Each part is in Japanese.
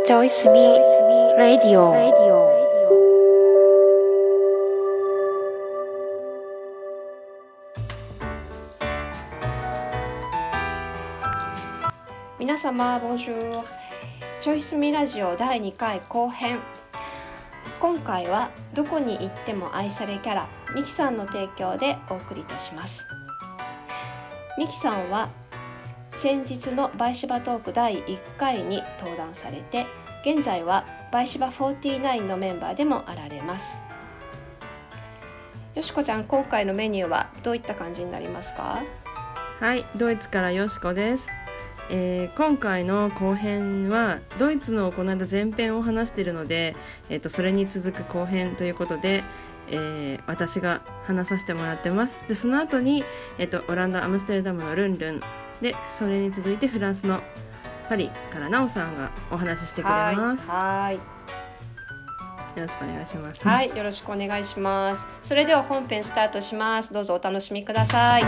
Joyce Me Radio。 皆様ボンジュール、チョイスミラジオ第2回後編。今回はどこに行っても愛されキャラミキさんの提供でお送りいたします。ミキさんは先日のバイシバトーク第1回に登壇されて、現在はバイシバ49のメンバーでもあられます。よしこちゃん、今回のメニューはどういった感じになりますか？ はい、ドイツからよしこです。今回の後編はドイツのこの間前編を話しているので、それに続く後編ということで、私が話させてもらってます。でその後に、オランダアムステルダムのルンルンで、それに続いてフランスのパリからナオさんがお話ししてくれます。 はい、 よろしくお願いします。 はい、よろしくお願いします。それでは本編スタートします。どうぞお楽しみください。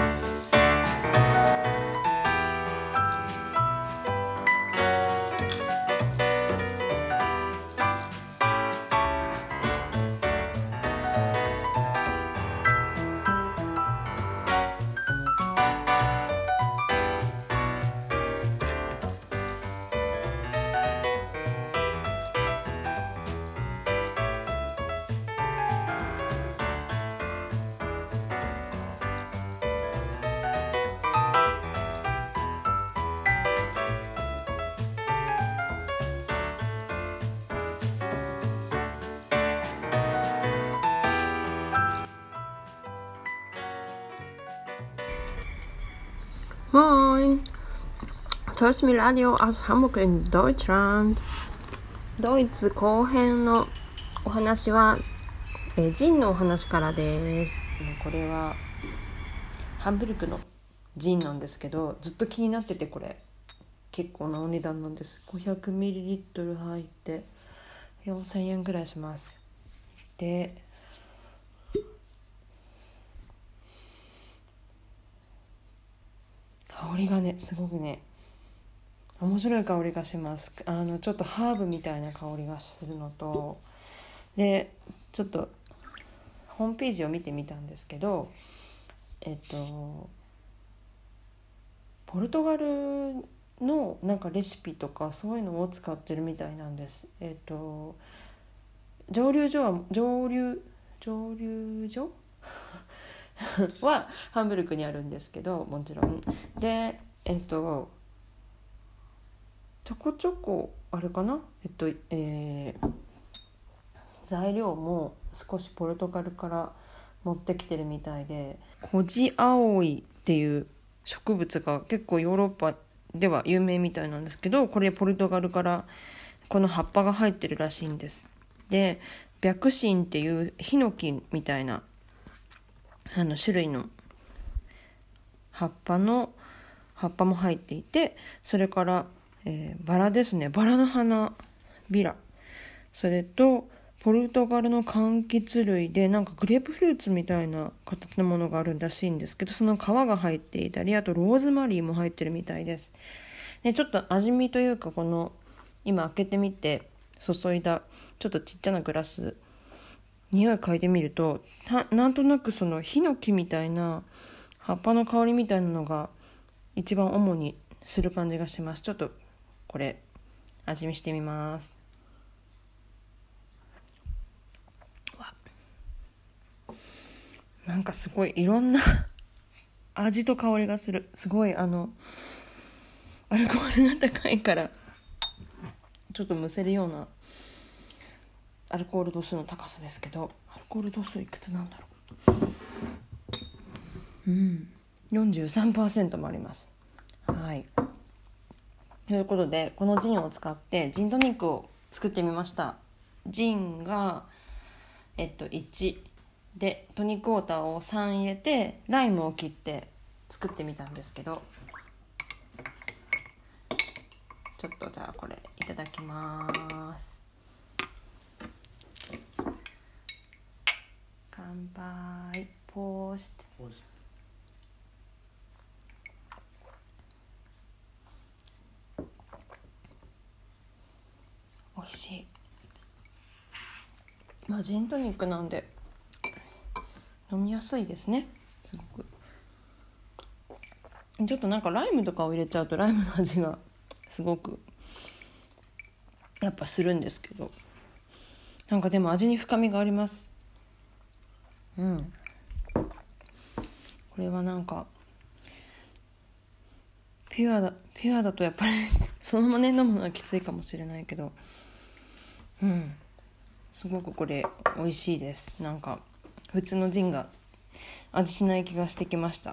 Moin, Joyce Me Radio aus Hamburg in Deutschland。 ドイツ後編のお話は、ジンのお話からです。 これはハンブルクのジンなんですけど、ずっと気になってて、これ結構なお値段なんです。 500ml 入って4000円ぐらいします。で香りがね、すごくね、面白い香りがします。ちょっとハーブみたいな香りがするのと、でちょっとホームページを見てみたんですけど、ポルトガルのなんかレシピとかそういうのを使ってるみたいなんです。蒸留所はハンブルクにあるんですけど、もちろんでちょこちょこあれかな、材料も少しポルトガルから持ってきてるみたいで、コジアオイっていう植物が結構ヨーロッパでは有名みたいなんですけど、これポルトガルからこの葉っぱが入ってるらしいんです。で白芯っていうヒノキみたいな種類の葉っぱも入っていて、それから、バラですね、バラの花ビラ、それとポルトガルの柑橘類でなんかグレープフルーツみたいな形のものがあるらしいんですけど、その皮が入っていたり、あとローズマリーも入ってるみたいです。でちょっと味見というか、この今開けてみて注いだちょっとちっちゃなグラス、匂い嗅いでみると、なんとなくそのヒノキみたいな葉っぱの香りみたいなのが一番主にする感じがします。ちょっとこれ味見してみます。なんかすごいいろんな味と香りがする。すごいアルコールが高いからちょっとむせるようなアルコール度数の高さですけど、アルコール度数いくつなんだろう。43% もあります。はい。ということで、このジンを使ってジントニックを作ってみました。ジンが1で、トニックウォーターを3入れて、ライムを切って作ってみたんですけど、ちょっとじゃあこれいただきます。乾杯。ポースト。 味しい。ジントニックなんで飲みやすいですね。すごくちょっとなんかライムとかを入れちゃうとライムの味がすごくやっぱするんですけど、なんかでも味に深みがあります。これはなんかピュアだとやっぱりそのままね飲むのはきついかもしれないけど、すごくこれ美味しいです。なんか普通のジンが味しない気がしてきました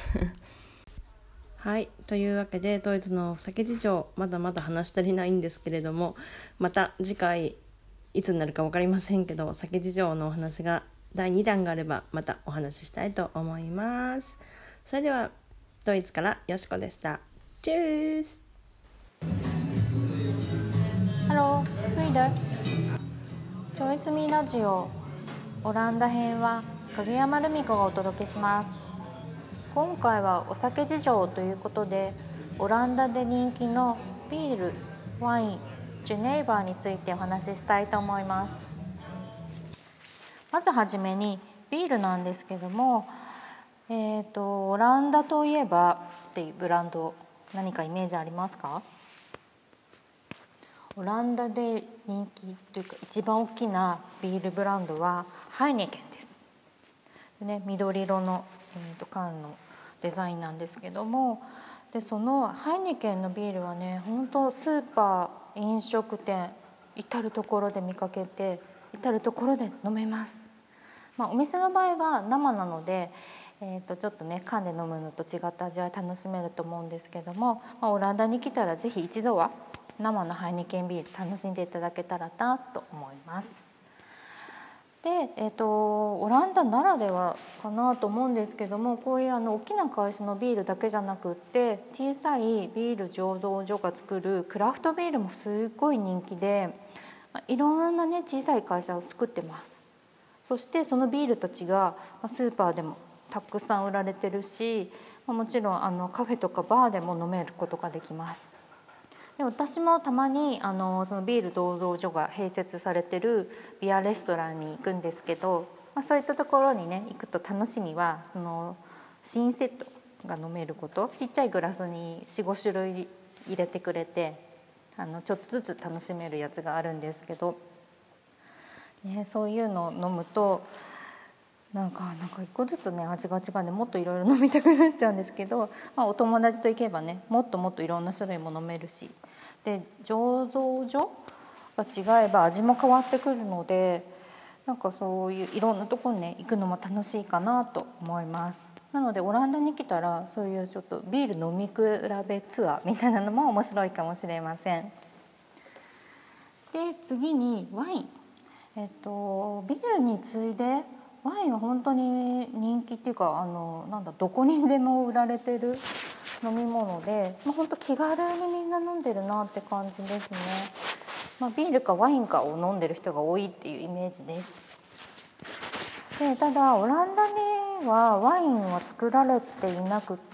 はい、というわけでドイツのお酒事情まだまだ話し足りないんですけれども、また次回いつになるか分かりませんけど、お酒事情のお話が第2弾があればまたお話ししたいと思います。それではドイツからよしこでした。チュース。 ハロー、フイダー。チョイスミラジオオランダ編は影山ルミ子がお届けします。今回はお酒事情ということで、オランダで人気のビール、ワイン、ジュネーバーについてお話ししたいと思います。まずはじめにビールなんですけども、オランダといえばっていうブランド、何かイメージありますか？オランダで人気というか一番大きなビールブランドはハイネケンです。でね、緑色の、缶のデザインなんですけども、でそのハイネケンのビールはね、本当スーパー、飲食店至る所で見かけて、至る所で飲めます。お店の場合は生なので、ちょっとね缶で飲むのと違った味わい楽しめると思うんですけども、オランダに来たらぜひ一度は生のハイネケンビール楽しんでいただけたらなと思います。で、オランダならではかなと思うんですけども、こういう大きな会社のビールだけじゃなくって、小さいビール醸造所が作るクラフトビールもすごい人気で、いろんなね小さい会社を作ってます。そしてそのビールたちがスーパーでもたくさん売られてるし、もちろんカフェとかバーでも飲めることができます。で私もたまにそのビール醸造所が併設されてるビアレストランに行くんですけど、そういったところにね行くと楽しみは、その新セットが飲めること。ちっちゃいグラスに 4,5 種類入れてくれて、ちょっとずつ楽しめるやつがあるんですけど、そういうのを飲むとなんか一個ずつね味が違うんで、もっといろいろ飲みたくなっちゃうんですけど、お友達と行けばねもっといろんな種類も飲めるし、で醸造所が違えば味も変わってくるので、なんかそういういろんなところにね行くのも楽しいかなと思います。なのでオランダに来たらそういうちょっとビール飲み比べツアーみたいなのも面白いかもしれません。で次にワイン、ビールに次いでワインは本当に人気っていうか、どこにでも売られてる飲み物で、本当気軽にみんな飲んでるなって感じですね。ビールかワインかを飲んでる人が多いっていうイメージです。でただオランダにはワインは作られていなくって、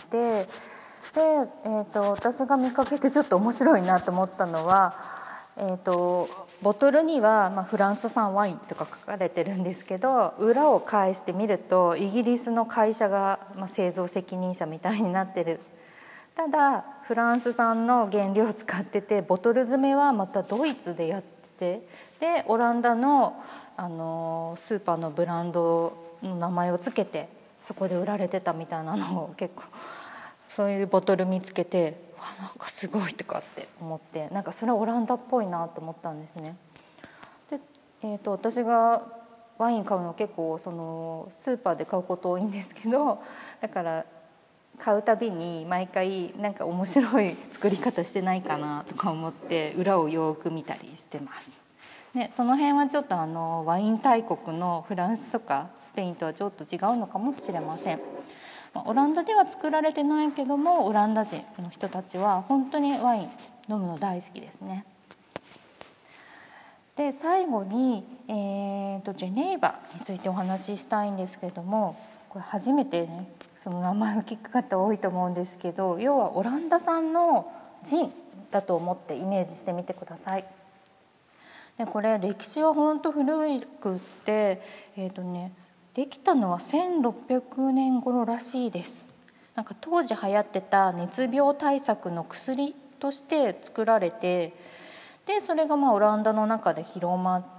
で、私が見かけてちょっと面白いなと思ったのは、ボトルには、フランス産ワインとか書かれてるんですけど、裏を返してみるとイギリスの会社が、製造責任者みたいになってる。ただフランス産の原料を使ってて、ボトル詰めはまたドイツでやってて、でオランダの、スーパーのブランドの名前をつけてそこで売られてたみたいなのを、結構そういうボトル見つけて、なんかすごいとかって思って、なんかそれはオランダっぽいなと思ったんですね。で、私がワイン買うの結構そのスーパーで買うこと多いんですけど、だから買うたびに毎回なんか面白い作り方してないかなとか思って裏をよく見たりしてます。ね、その辺はちょっとワイン大国のフランスとかスペインとはちょっと違うのかもしれません。オランダでは作られてないけども、オランダ人の人たちは本当にワイン飲むの大好きですね。で最後に、ジェネーバについてお話ししたいんですけれども、これ初めてねその名前を聞く方多いと思うんですけど、要はオランダ産のジンだと思ってイメージしてみてください。 でこれ歴史は本当古くって、できたのは1600年頃らしいです。なんか当時流行ってた熱病対策の薬として作られて、でそれがオランダの中で広まって、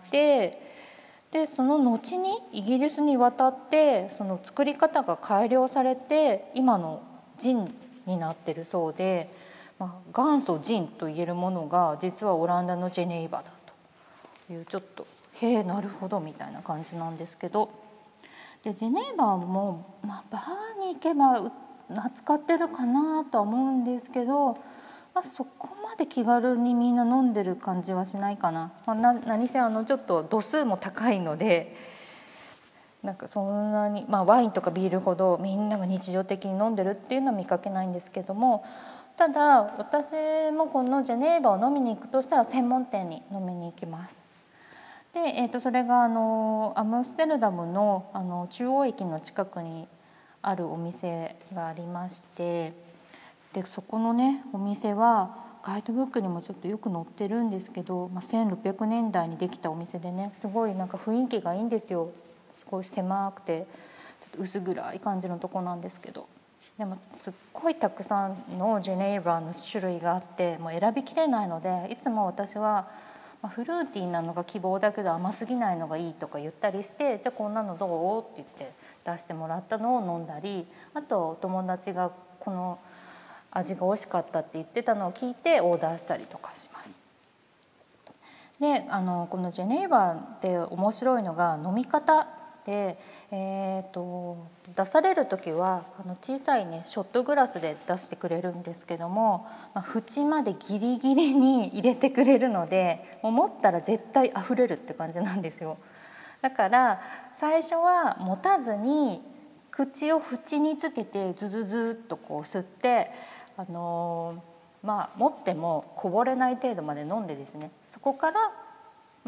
でその後にイギリスに渡ってその作り方が改良されて今のジンになってるそうで、元祖ジンと言えるものが実はオランダのジェネーバだという、ちょっとへえなるほどみたいな感じなんですけど、でジェネーバも、バーに行けば扱ってるかなとは思うんですけど、そこまで気軽にみんな飲んでる感じはしないかな。何せちょっと度数も高いので、なんかそんなに、ワインとかビールほどみんなが日常的に飲んでるっていうのは見かけないんですけども、ただ私もこのジェネーバを飲みに行くとしたら専門店に飲みに行きます。で、それがアムステルダムの、中央駅の近くにあるお店がありまして、でそこのねお店はガイドブックにもちょっとよく載ってるんですけど、1600年代にできたお店でね、すごいなんか雰囲気がいいんですよ。すごい狭くてちょっと薄暗い感じのとこなんですけど、でもすっごいたくさんのジェネーバーの種類があって、もう選びきれないので、いつも私はフルーティーなのが希望だけど甘すぎないのがいいとか言ったりして、じゃあこんなのどうって言って出してもらったのを飲んだり、あとお友達がこの味が美味しかったって言ってたのを聞いてオーダーしたりとかします。でこのジェネーバーで面白いのが飲み方で、出される時は小さいねショットグラスで出してくれるんですけども、縁までギリギリに入れてくれるので、もう持ったら絶対溢れるって感じなんですよ。だから最初は持たずに口を縁につけてズズズっとこう吸って、持ってもこぼれない程度まで飲んでですね、そこから、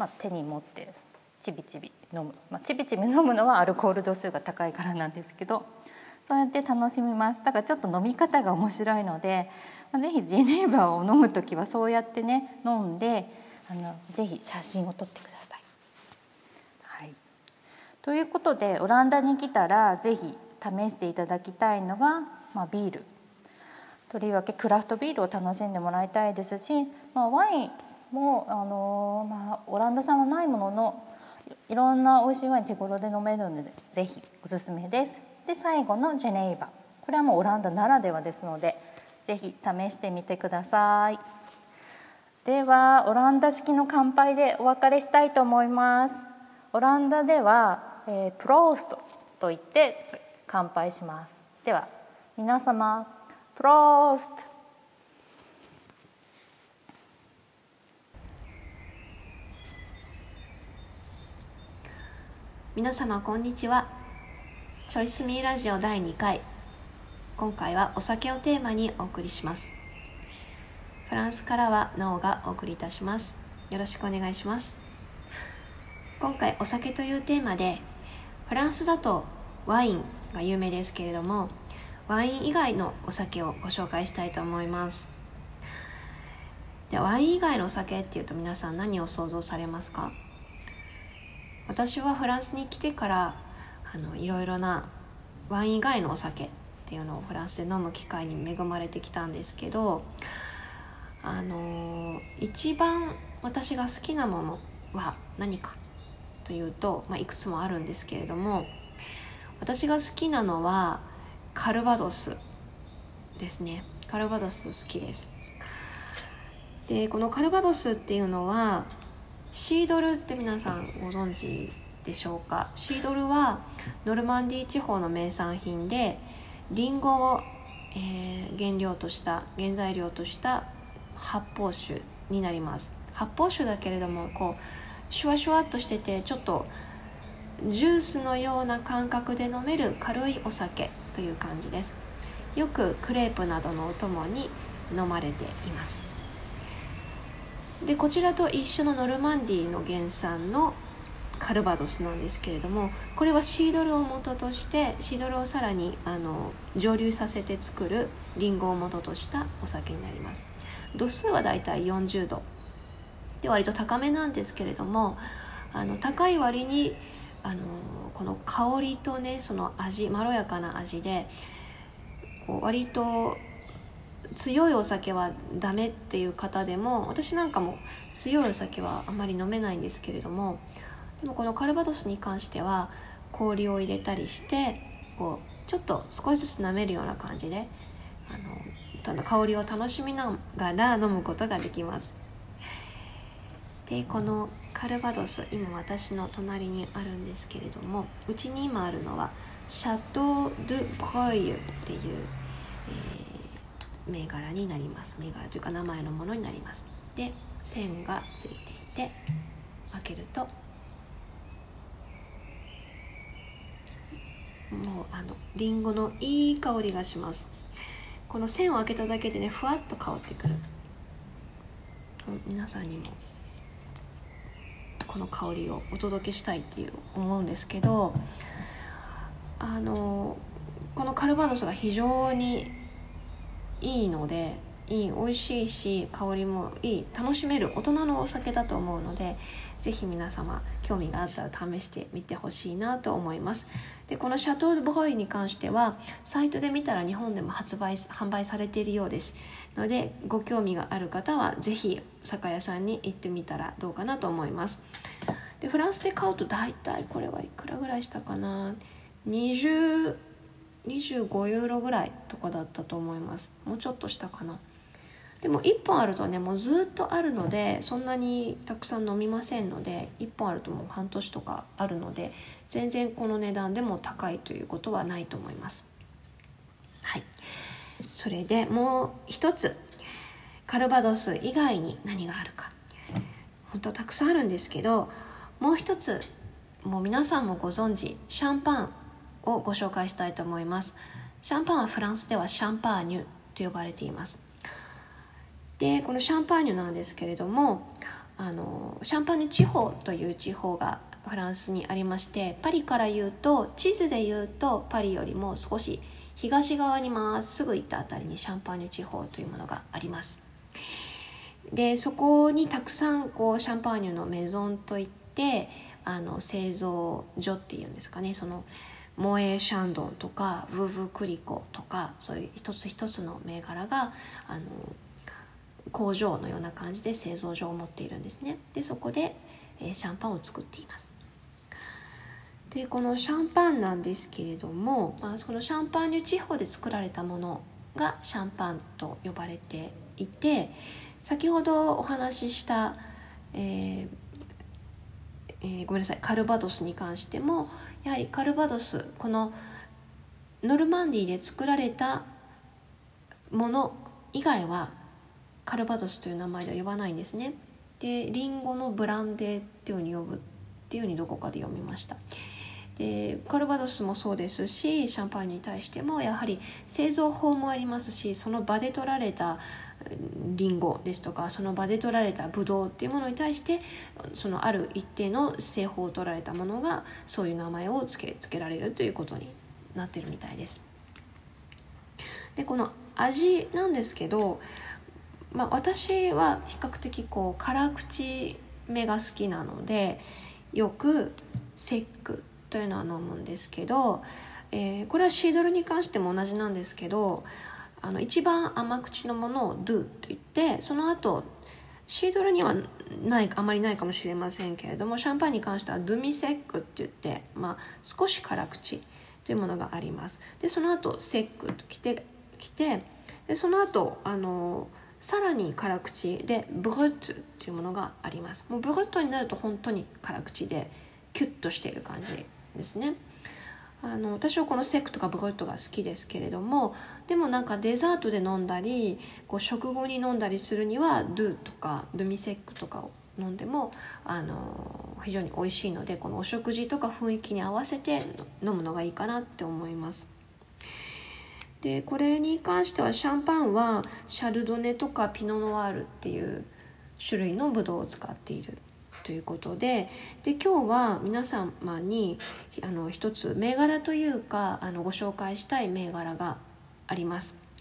手に持ってちびちび飲む、ちびちび飲むのはアルコール度数が高いからなんですけど、そうやって楽しみます。だからちょっと飲み方が面白いので、ぜひジェネーバーを飲むときはそうやってね飲んでぜひ写真を撮ってください。はい、ということでオランダに来たらぜひ試していただきたいのが、ビール。とりわけクラフトビールを楽しんでもらいたいですし、ワインも、オランダ産はないもののいろんな美味しいワイン手頃で飲めるのでぜひおすすめです。で最後のジェネーバ、これはもうオランダならではですのでぜひ試してみてください。ではオランダ式の乾杯でお別れしたいと思います。オランダでは、プローストと言って乾杯します。では皆様プロースト。 皆様こんにちは。チョイスミーラジオ第2回、今回はお酒をテーマにお送りします。フランスからはノーがお送りいたします。よろしくお願いします。今回お酒というテーマで、フランスだとワインが有名ですけれども、ワイン以外のお酒をご紹介したいと思います。でワイン以外のお酒っていうと皆さん何を想像されますか？私はフランスに来てからいろいろなワイン以外のお酒っていうのをフランスで飲む機会に恵まれてきたんですけど、一番私が好きなものは何かというと、いくつもあるんですけれども、私が好きなのはカルバドスですね。カルバドス好きです。でこのカルバドスっていうのはシードルって皆さんご存知でしょうか？シードルはノルマンディー地方の名産品で、リンゴを、原材料とした発泡酒になります。発泡酒だけれどもシュワシュワっとしてて、ちょっとジュースのような感覚で飲める軽いお酒という感じです。よくクレープなどのお供に飲まれています。でこちらと一緒のノルマンディーの原産のカルバドスなんですけれども、これはシードルを元として、シードルをさらに蒸留させて作るリンゴを元としたお酒になります。度数はだいたい40度で割と高めなんですけれども、高い割にこの香りとね、その味、まろやかな味でこう割と強いお酒はダメっていう方でも、私なんかも強いお酒はあまり飲めないんですけれども、でもこのカルバドスに関しては氷を入れたりしてこうちょっと少しずつ舐めるような感じで香りを楽しみながら飲むことができます。でこのカルバドス、今私の隣にあるんですけれども、うちに今あるのはシャトー・ドゥ・ブロイユっていう、銘柄になります。銘柄というか名前のものになります。で線がついていて、開けるともうリンゴのいい香りがします。この線を開けただけでね、ふわっと香ってくる。皆さんにもこの香りをお届けしたいって思うんですけど、このカルバドスが非常にいいので、美味しいし香りもいい、楽しめる大人のお酒だと思うので、ぜひ皆様興味があったら試してみてほしいなと思います。でこのシャトー・ドゥ・ブロイユに関してはサイトで見たら日本でも販売されているようですので、ご興味がある方はぜひ酒屋さんに行ってみたらどうかなと思います。でフランスで買うとだいたいこれはいくらぐらいしたかな、25ユーロぐらいとかだったと思います。もうちょっとしたかな。でも1本あるとね、もうずっとあるので、そんなにたくさん飲みませんので、1本あるともう半年とかあるので、全然この値段でも高いということはないと思います。はい。それでもう一つ、カルバドス以外に何があるか、本当たくさんあるんですけど、もう一つ、もう皆さんもご存知、シャンパンをご紹介したいと思います。シャンパンはフランスではシャンパーニュと呼ばれています。でこのシャンパーニュなんですけれども、シャンパーニュ地方という地方がフランスにありまして、パリから言うと、地図で言うとパリよりも少し東側にまっすぐ行ったあたりにシャンパーニュ地方というものがあります。でそこにたくさんシャンパーニュのメゾンといって、製造所っていうんですかね、そのモエ・シャンドンとかヴーヴークリコとか、そういう一つ一つの銘柄が工場のような感じで製造所を持っているんですね。でそこで、シャンパンを作っています。でこのシャンパンなんですけれども、そのシャンパーニュ地方で作られたものがシャンパンと呼ばれていて、先ほどお話しした、ごめんなさい、カルバドスに関しても、やはりカルバドス、このノルマンディーで作られたもの以外はカルバドスという名前では呼ばないんですね。でリンゴのブランデーっていうふうに呼ぶっていうふうにどこかで読みました。でカルバドスもそうですし、シャンパーニュに対してもやはり製造法もありますし、その場で取られたリンゴですとか、その場で取られたブドウっていうものに対して、そのある一定の製法を取られたものがそういう名前をつけられるということになってるみたいです。でこの味なんですけど、私は比較的辛口目が好きなので、よくセックというのは飲むんですけど、これはシードルに関しても同じなんですけど、一番甘口のものをドゥと言って、その後シードルにはあまりないかもしれませんけれども、シャンパンに関してはドゥミセックって言って、少し辛口というものがあります。でその後セックときてでその後さらに辛口でブルットというものがあります。もうブルットになると本当に辛口でキュッとしている感じですね。私はこのセックとかブルットが好きですけれども、でもなんかデザートで飲んだり食後に飲んだりするにはドゥとかドゥミセックとかを飲んでも非常に美味しいので、このお食事とか雰囲気に合わせて飲むのがいいかなって思います。でこれに関してはシャンパンはシャルドネとかピノノワールっていう種類のブドウを使っているということで、今日は皆様に一つ銘柄というかご紹介したい銘柄があります。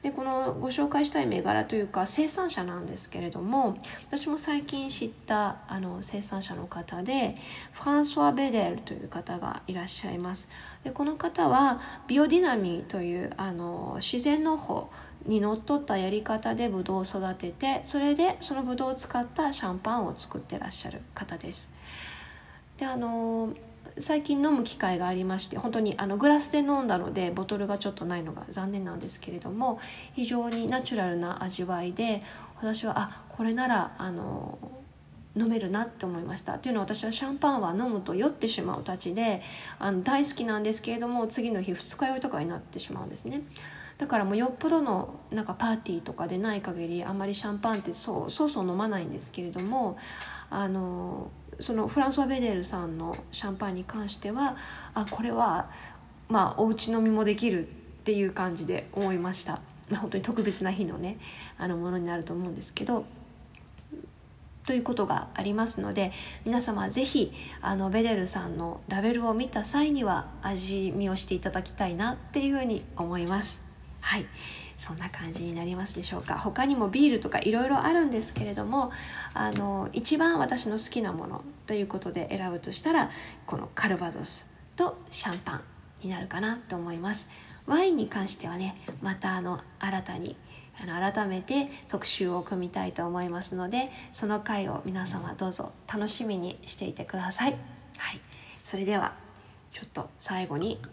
でこのご紹介したい銘柄というか生産者なんですけれども、私も最近知った生産者の方でフランソワ・ベデルという方がいらっしゃいます。でこの方はビオディナミーという自然農法にのっとったやり方でブドウを育てて、それでそのブドウを使ったシャンパンを作ってらっしゃる方です。で最近飲む機会がありまして、本当にグラスで飲んだのでボトルがちょっとないのが残念なんですけれども、非常にナチュラルな味わいで、私はこれなら飲めるなって思いました。というのは、私はシャンパンは飲むと酔ってしまうたちで大好きなんですけれども、次の日二日酔いとかになってしまうんですね。だからもうよっぽどのなんかパーティーとかでない限りあんまりシャンパンってそう飲まないんですけれども、そのフランソワ・ベデルさんのシャンパンに関してはこれはお家飲みもできるっていう感じで思いました。本当に特別な日のねものになると思うんですけど、ということがありますので、皆様ぜひベデルさんのラベルを見た際には味見をしていただきたいなっていうふうに思います。はい、そんな感じになりますでしょうか。他にもビールとかいろいろあるんですけれども、一番私の好きなものということで選ぶとしたら、このカルバドスとシャンパンになるかなと思います。ワインに関してはね、また新たに改めて特集を組みたいと思いますので、その回を皆様どうぞ楽しみにしていてください。はい、それではちょっと最後に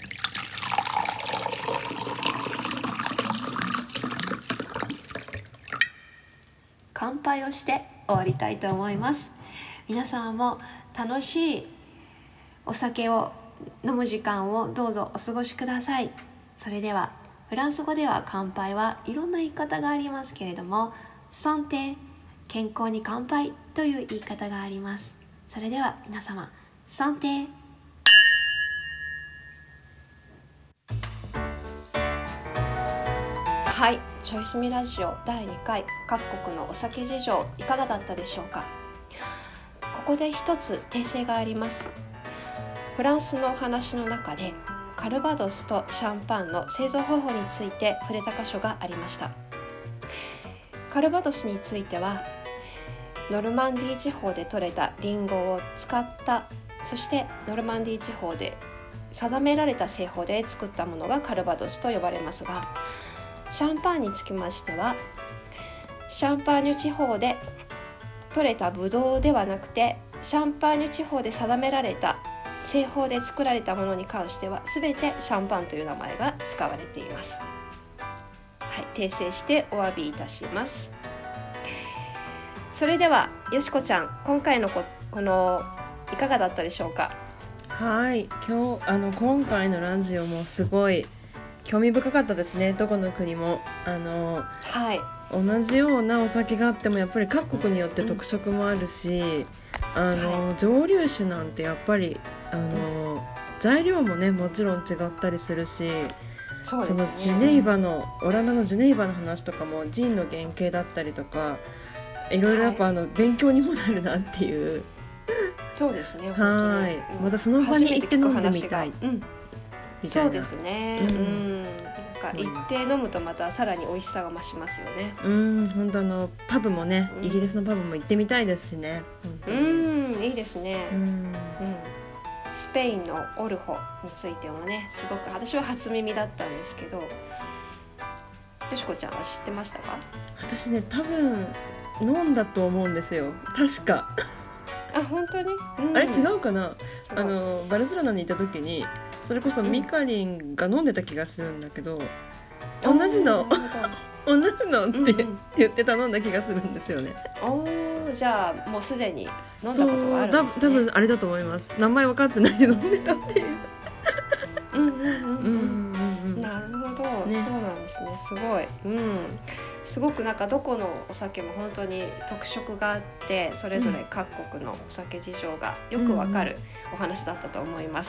乾杯をして終わりたいと思います。皆様も楽しいお酒を飲む時間をどうぞお過ごしください。それではフランス語では乾杯はいろんな言い方がありますけれども、サンテ、健康に乾杯という言い方があります。それでは皆様、サンテ。はい、チョイスミラジオ第2回各国のお酒事情いかがだったでしょうか。ここで一つ訂正があります。フランスのお話の中でカルバドスとシャンパンの製造方法について触れた箇所がありました。カルバドスについてはノルマンディー地方で採れたリンゴを使った、そしてノルマンディー地方で定められた製法で作ったものがカルバドスと呼ばれますが、シャンパンにつきましてはシャンパーニュ地方で採れたブドウではなくて、シャンパーニュ地方で定められた製法で作られたものに関しては全てシャンパンという名前が使われています。はい、訂正してお詫びいたします。それではよしこちゃん、今回のこのいかがだったでしょうか。 はい、今回のラジオもすごい興味深かったですね。どこの国もはい、 同じようなお酒があってもやっぱり各国によって特色もあるし、蒸留酒なんてやっぱり材料もねもちろん違ったりするし、 そうですね、 そのジュネイバのオランダのジュネイバの話とかもジンの原型だったりとか、いろいろやっぱ勉強にもなるなっていう。 そうですね。 はい、またその場に行って飲んでみたい。みたいな。 そうですね。なんか行って飲むとまたさらに美味しさが増しますよね。 本当パブもね、イギリスのパブも行ってみたいですしね。 いいですね。スペインのオルホについてもね、すごく私は初耳だったんですけど、よしこちゃんは知ってましたか？ 私ね、多分飲んだと思うんですよ。確か。 本当に？ あれ違うかな？バルセロナにいた時にそれこそミカリンが飲んでた気がするんだけど、同じのって言って頼んだ気がするんですよね。 じゃあもうすでに飲んだことがあるんですね。 多分あれだと思います。名前分かってないけど飲んでたっていう。 なるほど、そうなんですね。すごい。すごくなんかどこのお酒も本当に特色があって、それぞれ各国のお酒事情がよくわかるお話だったと思います。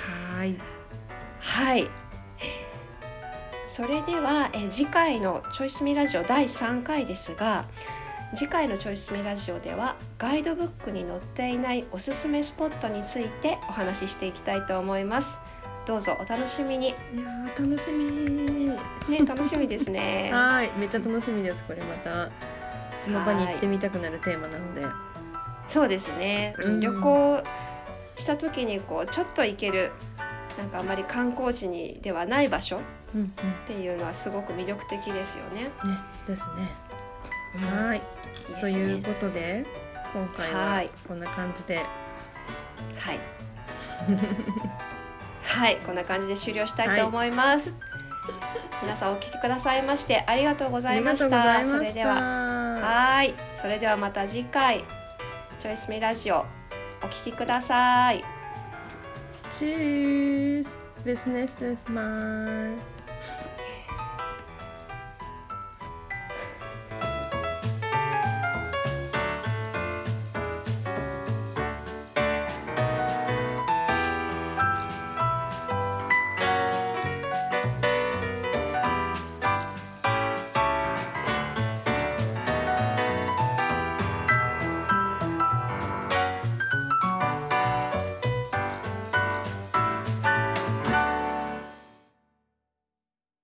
はい。それでは次回のチョイスミラジオ第3回ですが、次回のチョイスミラジオではガイドブックに載っていないおすすめスポットについてお話ししていきたいと思います。 どうぞお楽しみに。 いやー楽しみね、楽しみですね。 はい、めっちゃ楽しみです。これまたその場に行ってみたくなるテーマなので。 そうですね、 うん旅行した時にこうちょっと行けるなんかあまり観光地にではない場所っうんうんていうのはすごく魅力的ですよね。 ねですね。はい、 いいですねということで今回ははいこんな感じで、 はいはい、こんな感じで終了したいと思います。皆さんお聞きくださいましてありがとうございました。 ありがとうございました。 それでははいそれではまた次回チョイスミラジオお聞きください。 Tschüss, bis nächstes Mal.